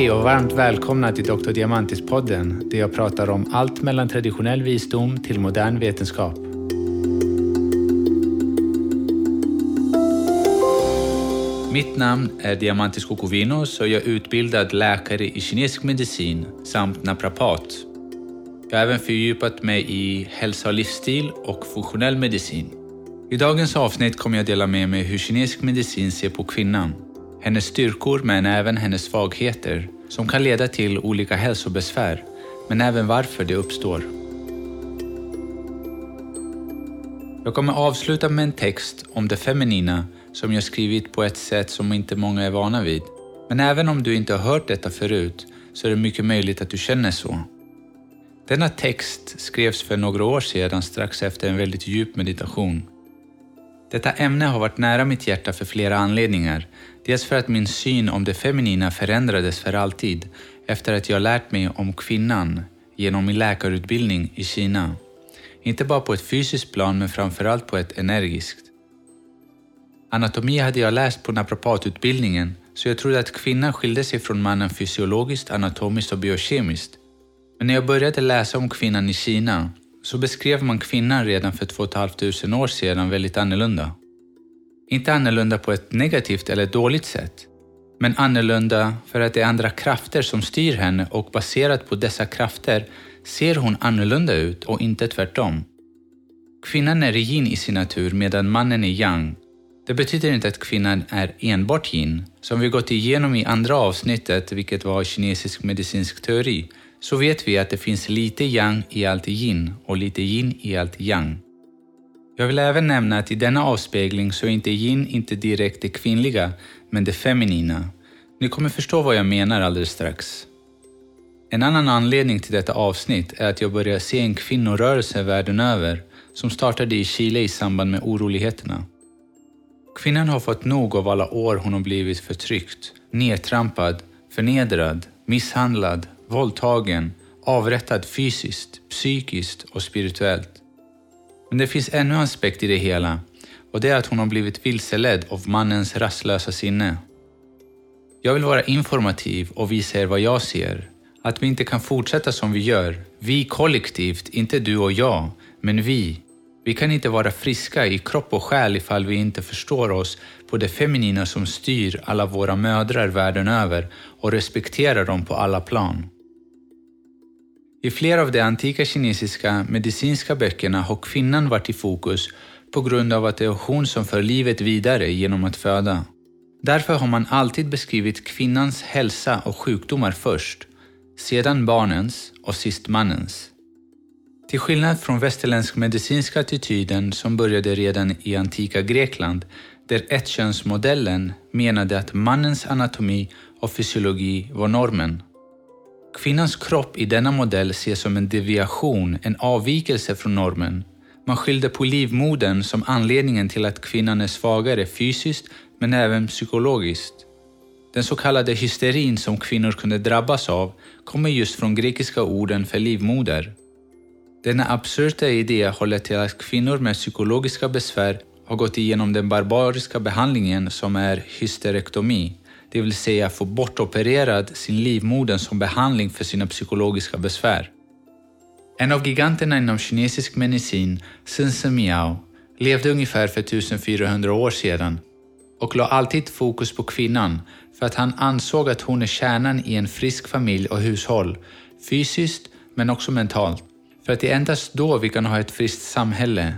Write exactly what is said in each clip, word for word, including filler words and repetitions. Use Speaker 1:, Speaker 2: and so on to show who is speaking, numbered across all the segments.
Speaker 1: Hej och varmt välkomna till doktor Diamantis-podden där jag pratar om allt mellan traditionell visdom till modern vetenskap. Mitt namn är Diamantis Kokovinos och jag är utbildad läkare i kinesisk medicin samt naprapat. Jag har även fördjupat mig i hälsa och livsstil och funktionell medicin. I dagens avsnitt kommer jag dela med mig hur kinesisk medicin ser på kvinnan. Hennes styrkor men även hennes svagheter som kan leda till olika hälsobesvär, men även varför det uppstår. Jag kommer avsluta med en text om det feminina som jag skrivit på ett sätt som inte många är vana vid. Men även om du inte har hört detta förut så är det mycket möjligt att du känner så. Denna text skrevs för några år sedan strax efter en väldigt djup meditation. Detta ämne har varit nära mitt hjärta för flera anledningar. Dels för att min syn om det feminina förändrades för alltid efter att jag lärt mig om kvinnan genom min läkarutbildning i Kina. Inte bara på ett fysiskt plan men framförallt på ett energiskt. Anatomi hade jag läst på naprapatutbildningen så jag trodde att kvinnan skilde sig från mannen fysiologiskt, anatomiskt och biokemiskt. Men när jag började läsa om kvinnan i Kina så beskrev man kvinnan redan för två och ett halvt tusen år sedan väldigt annorlunda. Inte annorlunda på ett negativt eller dåligt sätt, men annorlunda för att det är andra krafter som styr henne och baserat på dessa krafter ser hon annorlunda ut och inte tvärtom. Kvinnan är yin i sin natur medan mannen är yang. Det betyder inte att kvinnan är enbart yin, som vi gått igenom i andra avsnittet vilket var kinesisk medicinsk teori. Så vet vi att det finns lite yang i allt yin och lite yin i allt yang. Jag vill även nämna att i denna avspegling så är inte yin inte direkt det kvinnliga, men det feminina. Ni kommer förstå vad jag menar alldeles strax. En annan anledning till detta avsnitt är att jag börjar se en kvinnorörelse världen över som startade i Chile i samband med oroligheterna. Kvinnan har fått nog av alla år hon har blivit förtryckt, nedtrampad, förnedrad, misshandlad, våldtagen, avrättad fysiskt, psykiskt och spirituellt. Men det finns ännu en aspekt i det hela och det är att hon har blivit vilseledd av mannens rastlösa sinne. Jag vill vara informativ och visa er vad jag ser. Att vi inte kan fortsätta som vi gör. Vi kollektivt, inte du och jag, men vi. Vi kan inte vara friska i kropp och själ ifall vi inte förstår oss på det feminina som styr alla våra mödrar världen över och respekterar dem på alla plan. I flera av de antika kinesiska medicinska böckerna har kvinnan varit i fokus på grund av att det är hon som för livet vidare genom att föda. Därför har man alltid beskrivit kvinnans hälsa och sjukdomar först, sedan barnens och sist mannens. Till skillnad från västerländsk medicinska attityden som började redan i antika Grekland, där ettkönsmodellen menade att mannens anatomi och fysiologi var normen. Kvinnans kropp i denna modell ses som en deviation, en avvikelse från normen. Man skilde på livmodern som anledningen till att kvinnan är svagare fysiskt men även psykologiskt. Den så kallade hysterin som kvinnor kunde drabbas av kommer just från grekiska orden för livmoder. Denna absurda idé har lett till att kvinnor med psykologiska besvär har gått igenom den barbariska behandlingen som är hysterektomi, det vill säga få bortopererad sin livmoder som behandling för sina psykologiska besvär. En av giganterna inom kinesisk medicin, Sun Se Miao, levde ungefär för fjortonhundra år sedan och la alltid fokus på kvinnan för att han ansåg att hon är kärnan i en frisk familj och hushåll, fysiskt men också mentalt. För att det är endast då vi kan ha ett friskt samhälle.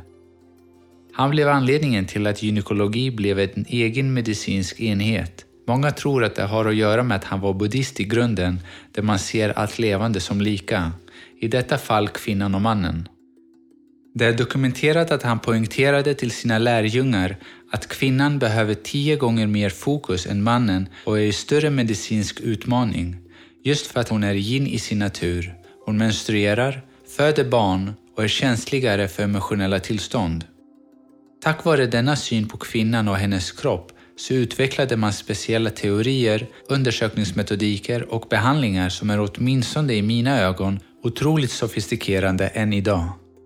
Speaker 1: Han blev anledningen till att gynekologi blev en egen medicinsk enhet. Många tror att det har att göra med att han var buddhist i grunden, där man ser allt levande som lika. I detta fall kvinnan och mannen. Det är dokumenterat att han poängterade till sina lärjungar att kvinnan behöver tio gånger mer fokus än mannen och är i större medicinsk utmaning. Just för att hon är yin i sin natur. Hon menstruerar, föder barn och är känsligare för emotionella tillstånd. Tack vare denna syn på kvinnan och hennes kropp så utvecklade man speciella teorier, undersökningsmetodiker och behandlingar som är åtminstone i mina ögon otroligt sofistikerade än idag.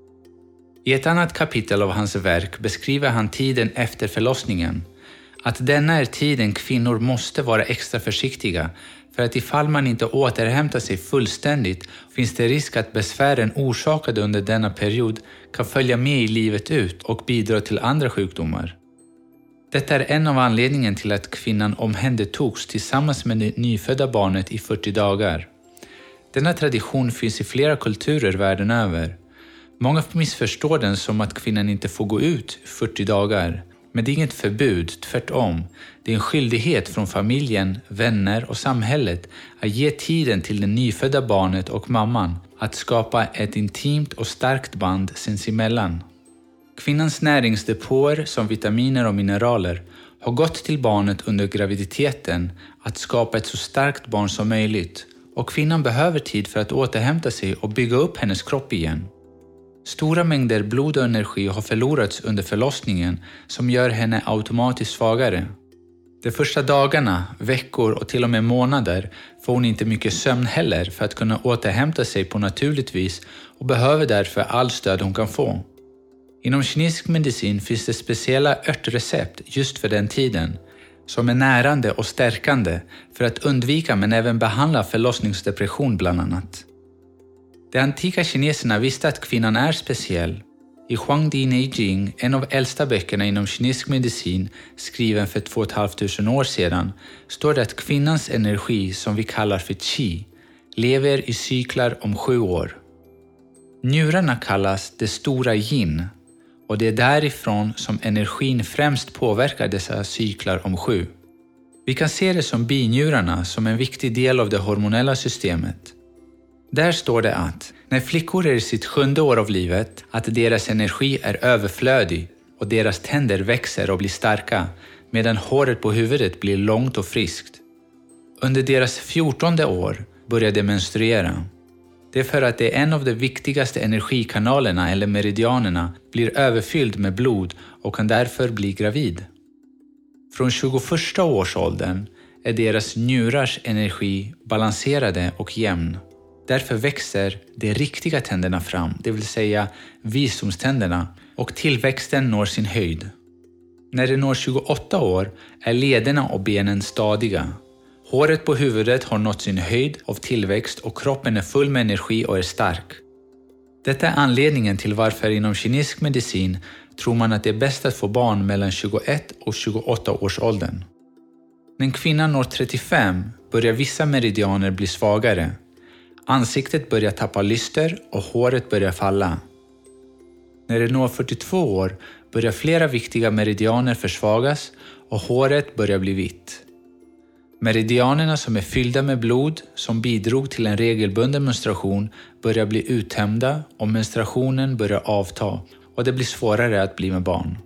Speaker 1: I ett annat kapitel av hans verk beskriver han tiden efter förlossningen. Att denna är tiden kvinnor måste vara extra försiktiga För att ifall man inte återhämtar sig fullständigt finns det risk att besvären orsakade under denna period kan följa med i livet ut och bidra till andra sjukdomar. Detta är en av anledningarna till att kvinnan omhändertogs tillsammans med det nyfödda barnet i fyrtio dagar. Denna tradition finns i flera kulturer världen över. Många missförstår den som att kvinnan inte får gå ut fyrtio dagar. Men det är inget förbud, tvärtom. Det är en skyldighet från familjen, vänner och samhället att ge tiden till det nyfödda barnet och mamman att skapa ett intimt och starkt band sinsemellan. Kvinnans näringsdepåer som vitaminer och mineraler har gått till barnet under graviditeten att skapa ett så starkt barn som möjligt och kvinnan behöver tid för att återhämta sig och bygga upp hennes kropp igen. Stora mängder blod och energi har förlorats under förlossningen som gör henne automatiskt svagare. De första dagarna, veckor och till och med månader får hon inte mycket sömn heller för att kunna återhämta sig på naturligt vis och behöver därför all stöd hon kan få. Inom kinesisk medicin finns det speciella örtrecept just för den tiden som är närande och stärkande för att undvika men även behandla förlossningsdepression bland annat. De antika kineserna visste att kvinnan är speciell. I Huangdi Neijing, en av äldsta böckerna inom kinesisk medicin skriven för två och ett halvt tusen år sedan, står det att kvinnans energi, som vi kallar för qi, lever i cyklar om sju år. Njurarna kallas det stora yin och det är därifrån som energin främst påverkar dessa cyklar om sju. Vi kan se det som binjurarna som en viktig del av det hormonella systemet. Där står det att när flickor är i sitt sjunde år av livet att deras energi är överflödig och deras tänder växer och blir starka medan håret på huvudet blir långt och friskt. Under deras fjortonde år börjar de menstruera. Det är för att det är en av de viktigaste energikanalerna eller meridianerna blir överfylld med blod och kan därför bli gravid. Från tjugoförsta årsåldern är deras njurars energi balanserade och jämn. Därför växer de riktiga tänderna fram, det vill säga visdomständerna, och tillväxten når sin höjd. När de når tjugoåtta år är lederna och benen stadiga. Håret på huvudet har nått sin höjd av tillväxt och kroppen är full med energi och är stark. Detta är anledningen till varför inom kinesisk medicin tror man att det är bäst att få barn mellan tjugoett och tjugoåtta års åldern. När kvinnan når trettiofem börjar vissa meridianer bli svagare. Ansiktet börjar tappa lyster och håret börjar falla. När det når fyrtiotvå år börjar flera viktiga meridianer försvagas och håret börjar bli vitt. Meridianerna som är fyllda med blod som bidrog till en regelbunden menstruation börjar bli uttömda och menstruationen börjar avta och det blir svårare att bli med barn.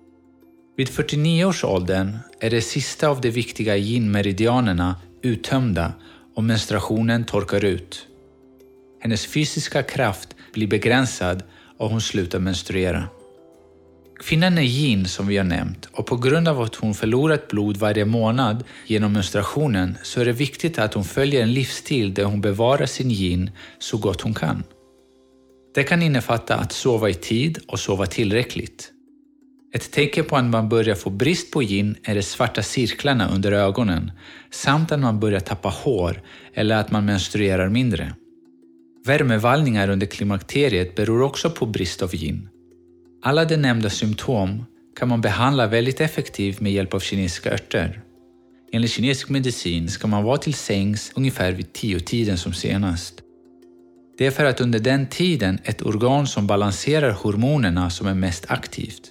Speaker 1: Vid fyrtionio års åldern är det sista av de viktiga yin-meridianerna uttömda och menstruationen torkar ut. Hennes fysiska kraft blir begränsad och hon slutar menstruera. Kvinnan är yin som vi har nämnt och på grund av att hon förlorat blod varje månad genom menstruationen så är det viktigt att hon följer en livsstil där hon bevarar sin yin så gott hon kan. Det kan innefatta att sova i tid och sova tillräckligt. Ett tecken på att man börjar få brist på yin är de svarta cirklarna under ögonen samt att man börjar tappa hår eller att man menstruerar mindre. Värmevallningar under klimakteriet beror också på brist av yin. Alla de nämnda symptom kan man behandla väldigt effektivt med hjälp av kinesiska örter. Enligt kinesisk medicin ska man vara till sängs ungefär vid tio-tiden som senast. Det är för att under den tiden ett organ som balanserar hormonerna som är mest aktivt.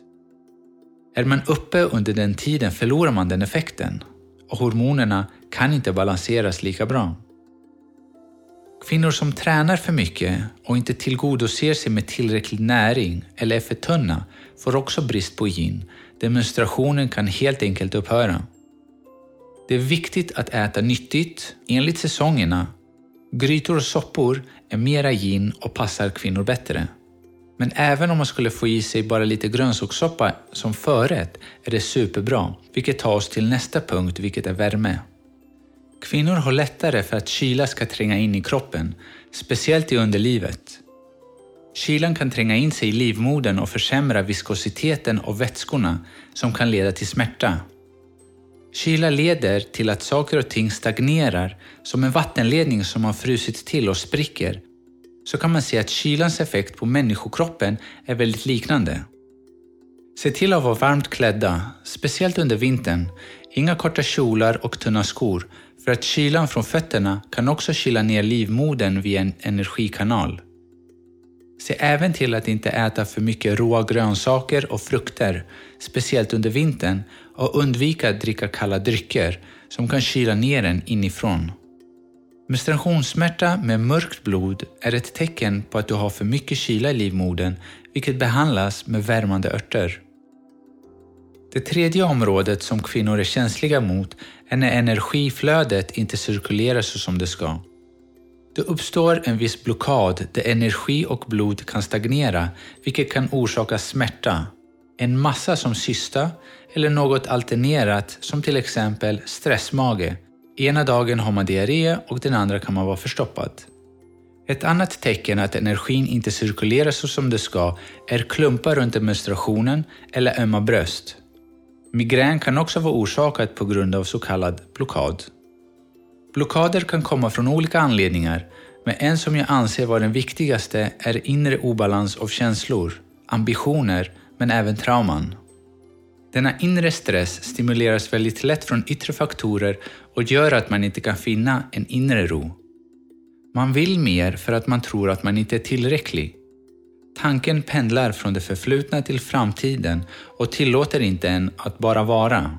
Speaker 1: Är man uppe under den tiden förlorar man den effekten och hormonerna kan inte balanseras lika bra. Kvinnor som tränar för mycket och inte tillgodoser sig med tillräcklig näring eller är för tunna får också brist på yin, där menstruationen kan helt enkelt upphöra. Det är viktigt att äta nyttigt enligt säsongerna. Grytor och soppor är mera yin och passar kvinnor bättre. Men även om man skulle få i sig bara lite grönsakssoppa som förrätt är det superbra, vilket tar oss till nästa punkt, vilket är värme. Kvinnor har lättare för att kyla ska tränga in i kroppen, speciellt i underlivet. Kylan kan tränga in sig i livmodern och försämra viskositeten av vätskorna som kan leda till smärta. Kyla leder till att saker och ting stagnerar som en vattenledning som har frusit till och spricker. Så kan man se att kylans effekt på människokroppen är väldigt liknande. Se till att vara varmt klädda, speciellt under vintern. Inga korta kjolar och tunna skor, för att kylan från fötterna kan också kyla ner livmodern via en energikanal. Se även till att inte äta för mycket råa grönsaker och frukter, speciellt under vintern, och undvika att dricka kalla drycker som kan kyla ner en inifrån. Menstruationssmärta med mörkt blod är ett tecken på att du har för mycket kyla i livmodern, vilket behandlas med värmande örter. Det tredje området som kvinnor är känsliga mot är när energiflödet inte cirkulerar så som det ska. Det uppstår en viss blockad där energi och blod kan stagnera, vilket kan orsaka smärta, en massa som cysta eller något alternerat som till exempel stressmage. Ena dagen har man diarré och den andra kan man vara förstoppad. Ett annat tecken att energin inte cirkulerar så som det ska är klumpar runt menstruationen eller ömma bröst. Migrän kan också vara orsakat på grund av så kallad blockad. Blockader kan komma från olika anledningar, men en som jag anser vara den viktigaste är inre obalans av känslor, ambitioner men även trauman. Denna inre stress stimuleras väldigt lätt från yttre faktorer och gör att man inte kan finna en inre ro. Man vill mer för att man tror att man inte är tillräcklig. Tanken pendlar från det förflutna till framtiden och tillåter inte en att bara vara.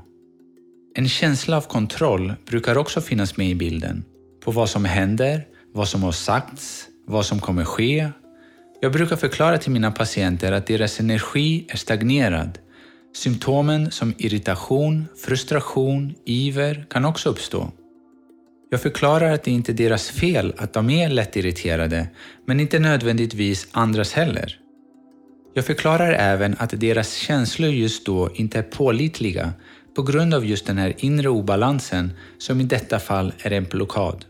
Speaker 1: En känsla av kontroll brukar också finnas med i bilden. På vad som händer, vad som har sagts, vad som kommer ske. Jag brukar förklara till mina patienter att deras energi är stagnerad. Symptomen som irritation, frustration, iver kan också uppstå. Jag förklarar att det inte är deras fel att de är lättirriterade, men inte nödvändigtvis andras heller. Jag förklarar även att deras känslor just då inte är pålitliga på grund av just den här inre obalansen som i detta fall är en blockad.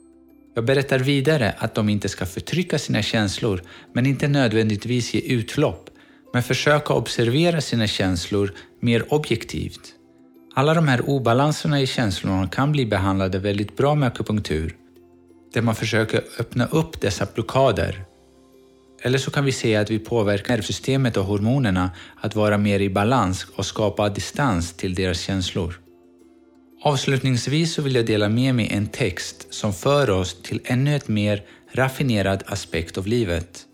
Speaker 1: Jag berättar vidare att de inte ska förtrycka sina känslor men inte nödvändigtvis ge utlopp, men försöka observera sina känslor mer objektivt. Alla de här obalanserna i känslorna kan bli behandlade väldigt bra med akupunktur, där man försöker öppna upp dessa blockader. Eller så kan vi säga att vi påverkar nervsystemet och hormonerna att vara mer i balans och skapa distans till deras känslor. Avslutningsvis så vill jag dela med mig en text som för oss till ännu ett mer raffinerad aspekt av livet.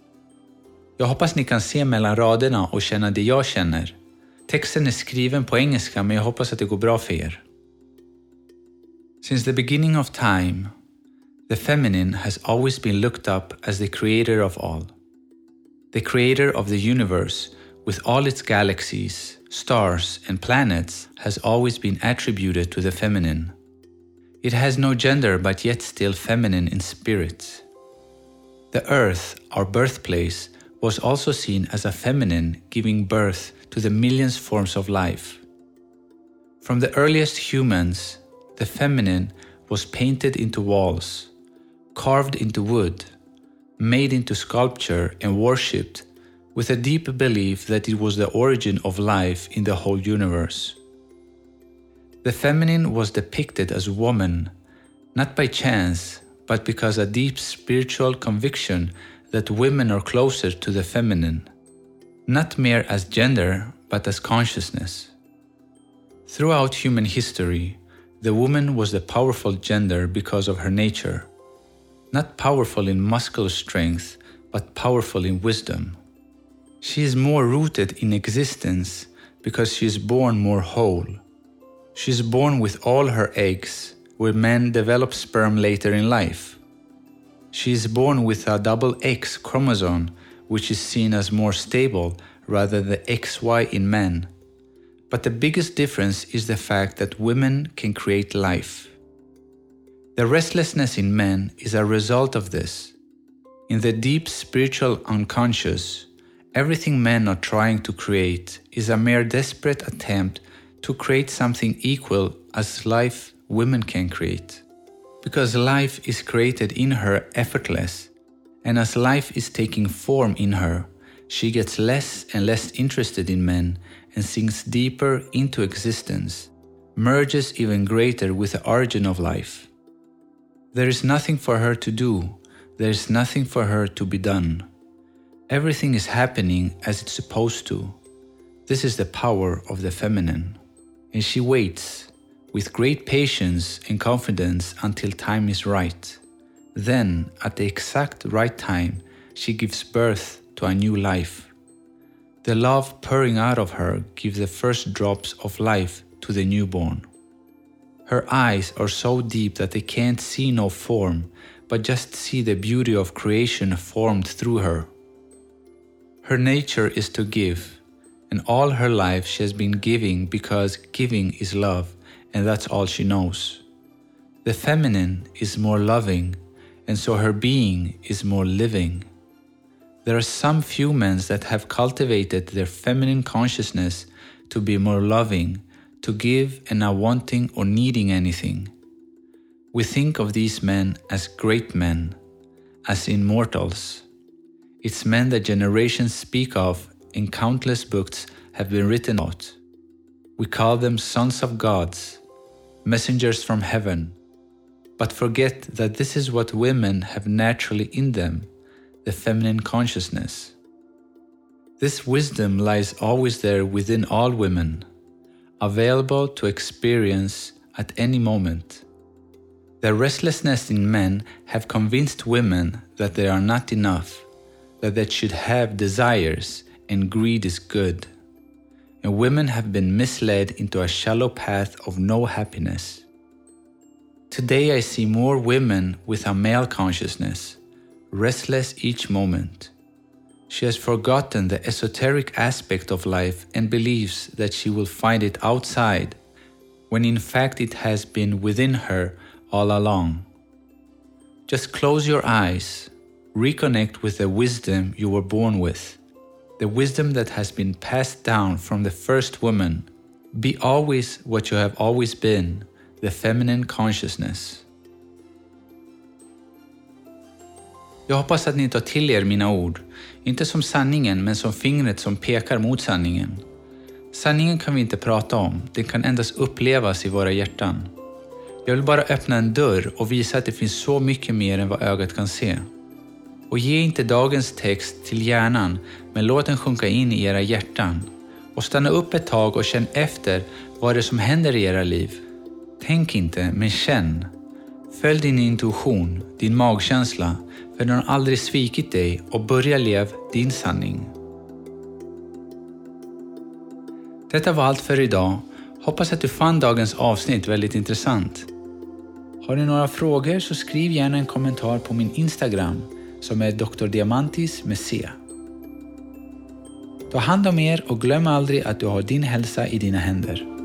Speaker 1: Jag hoppas ni kan se mellan raderna och känna det jag känner. Texten är skriven på engelska, men jag hoppas att det går bra för er. Since the beginning of time, the feminine has always been looked up as the creator of all. The creator of the universe, with all its galaxies, stars and planets, has always been attributed to the feminine. It has no gender but yet still feminine in spirit. The earth, our birthplace, was also seen as a feminine giving birth to the millions forms of life. From the earliest humans, the feminine was painted into walls, carved into wood, made into sculpture and worshipped with a deep belief that it was the origin of life in the whole universe. The feminine was depicted as woman, not by chance, but because a deep spiritual conviction that women are closer to the feminine, not mere as gender, but as consciousness. Throughout human history, the woman was the powerful gender because of her nature, not powerful in muscular strength, but powerful in wisdom. She is more rooted in existence because she is born more whole. She is born with all her eggs, where men develop sperm later in life. She is born with a double X chromosome, which is seen as more stable rather than the X Y in men. But the biggest difference is the fact that women can create life. The restlessness in men is a result of this. In the deep spiritual unconscious, everything men are trying to create is a mere desperate attempt to create something equal as life women can create. Because life is created in her effortless, and as life is taking form in her, she gets less and less interested in men and sinks deeper into existence, merges even greater with the origin of life. There is nothing for her to do, there is nothing for her to be done. Everything is happening as it's supposed to. This is the power of the feminine. And she waits with great patience and confidence until time is right. Then, at the exact right time, she gives birth to a new life. The love pouring out of her gives the first drops of life to the newborn. Her eyes are so deep that they can't see no form, but just see the beauty of creation formed through her. Her nature is to give, and all her life she has been giving because giving is love, and that's all she knows. The feminine is more loving, and so her being is more living. There are some humans that have cultivated their feminine consciousness to be more loving, to give and not wanting or needing anything. We think of these men as great men, as immortals. It's men that generations speak of and countless books have been written about. We call them sons of gods, messengers from heaven, but forget that this is what women have naturally in them, the feminine consciousness. This wisdom lies always there within all women, available to experience at any moment. The restlessness in men have convinced women that they are not enough, that they should have desires and greed is good. And women have been misled into a shallow path of no happiness. Today I see more women with a male consciousness, restless each moment. She has forgotten the esoteric aspect of life and believes that she will find it outside, when in fact it has been within her all along. Just close your eyes, reconnect with the wisdom you were born with, the wisdom that has been passed down from the first woman. Be always what you have always been, the feminine consciousness. Jag hoppas att ni tar till er mina ord, inte som sanningen men som fingret som pekar mot sanningen. Sanningen kan vi inte prata om, den kan endast upplevas i våra hjärtan. Jag vill bara öppna en dörr och visa att det finns så mycket mer än vad ögat kan se. Och ge inte dagens text till hjärnan, men låt den sjunka in i era hjärtan. Och stanna upp ett tag och känn efter vad det är som händer i era liv. Tänk inte, men känn. Följ din intuition, din magkänsla, för den har aldrig svikit dig, och börja leva din sanning. Detta var allt för idag. Hoppas att du fann dagens avsnitt väldigt intressant. Har du några frågor så skriv gärna en kommentar på min Instagram som är doktor Diamantis med C. Ta hand om er och glöm aldrig att du har din hälsa i dina händer.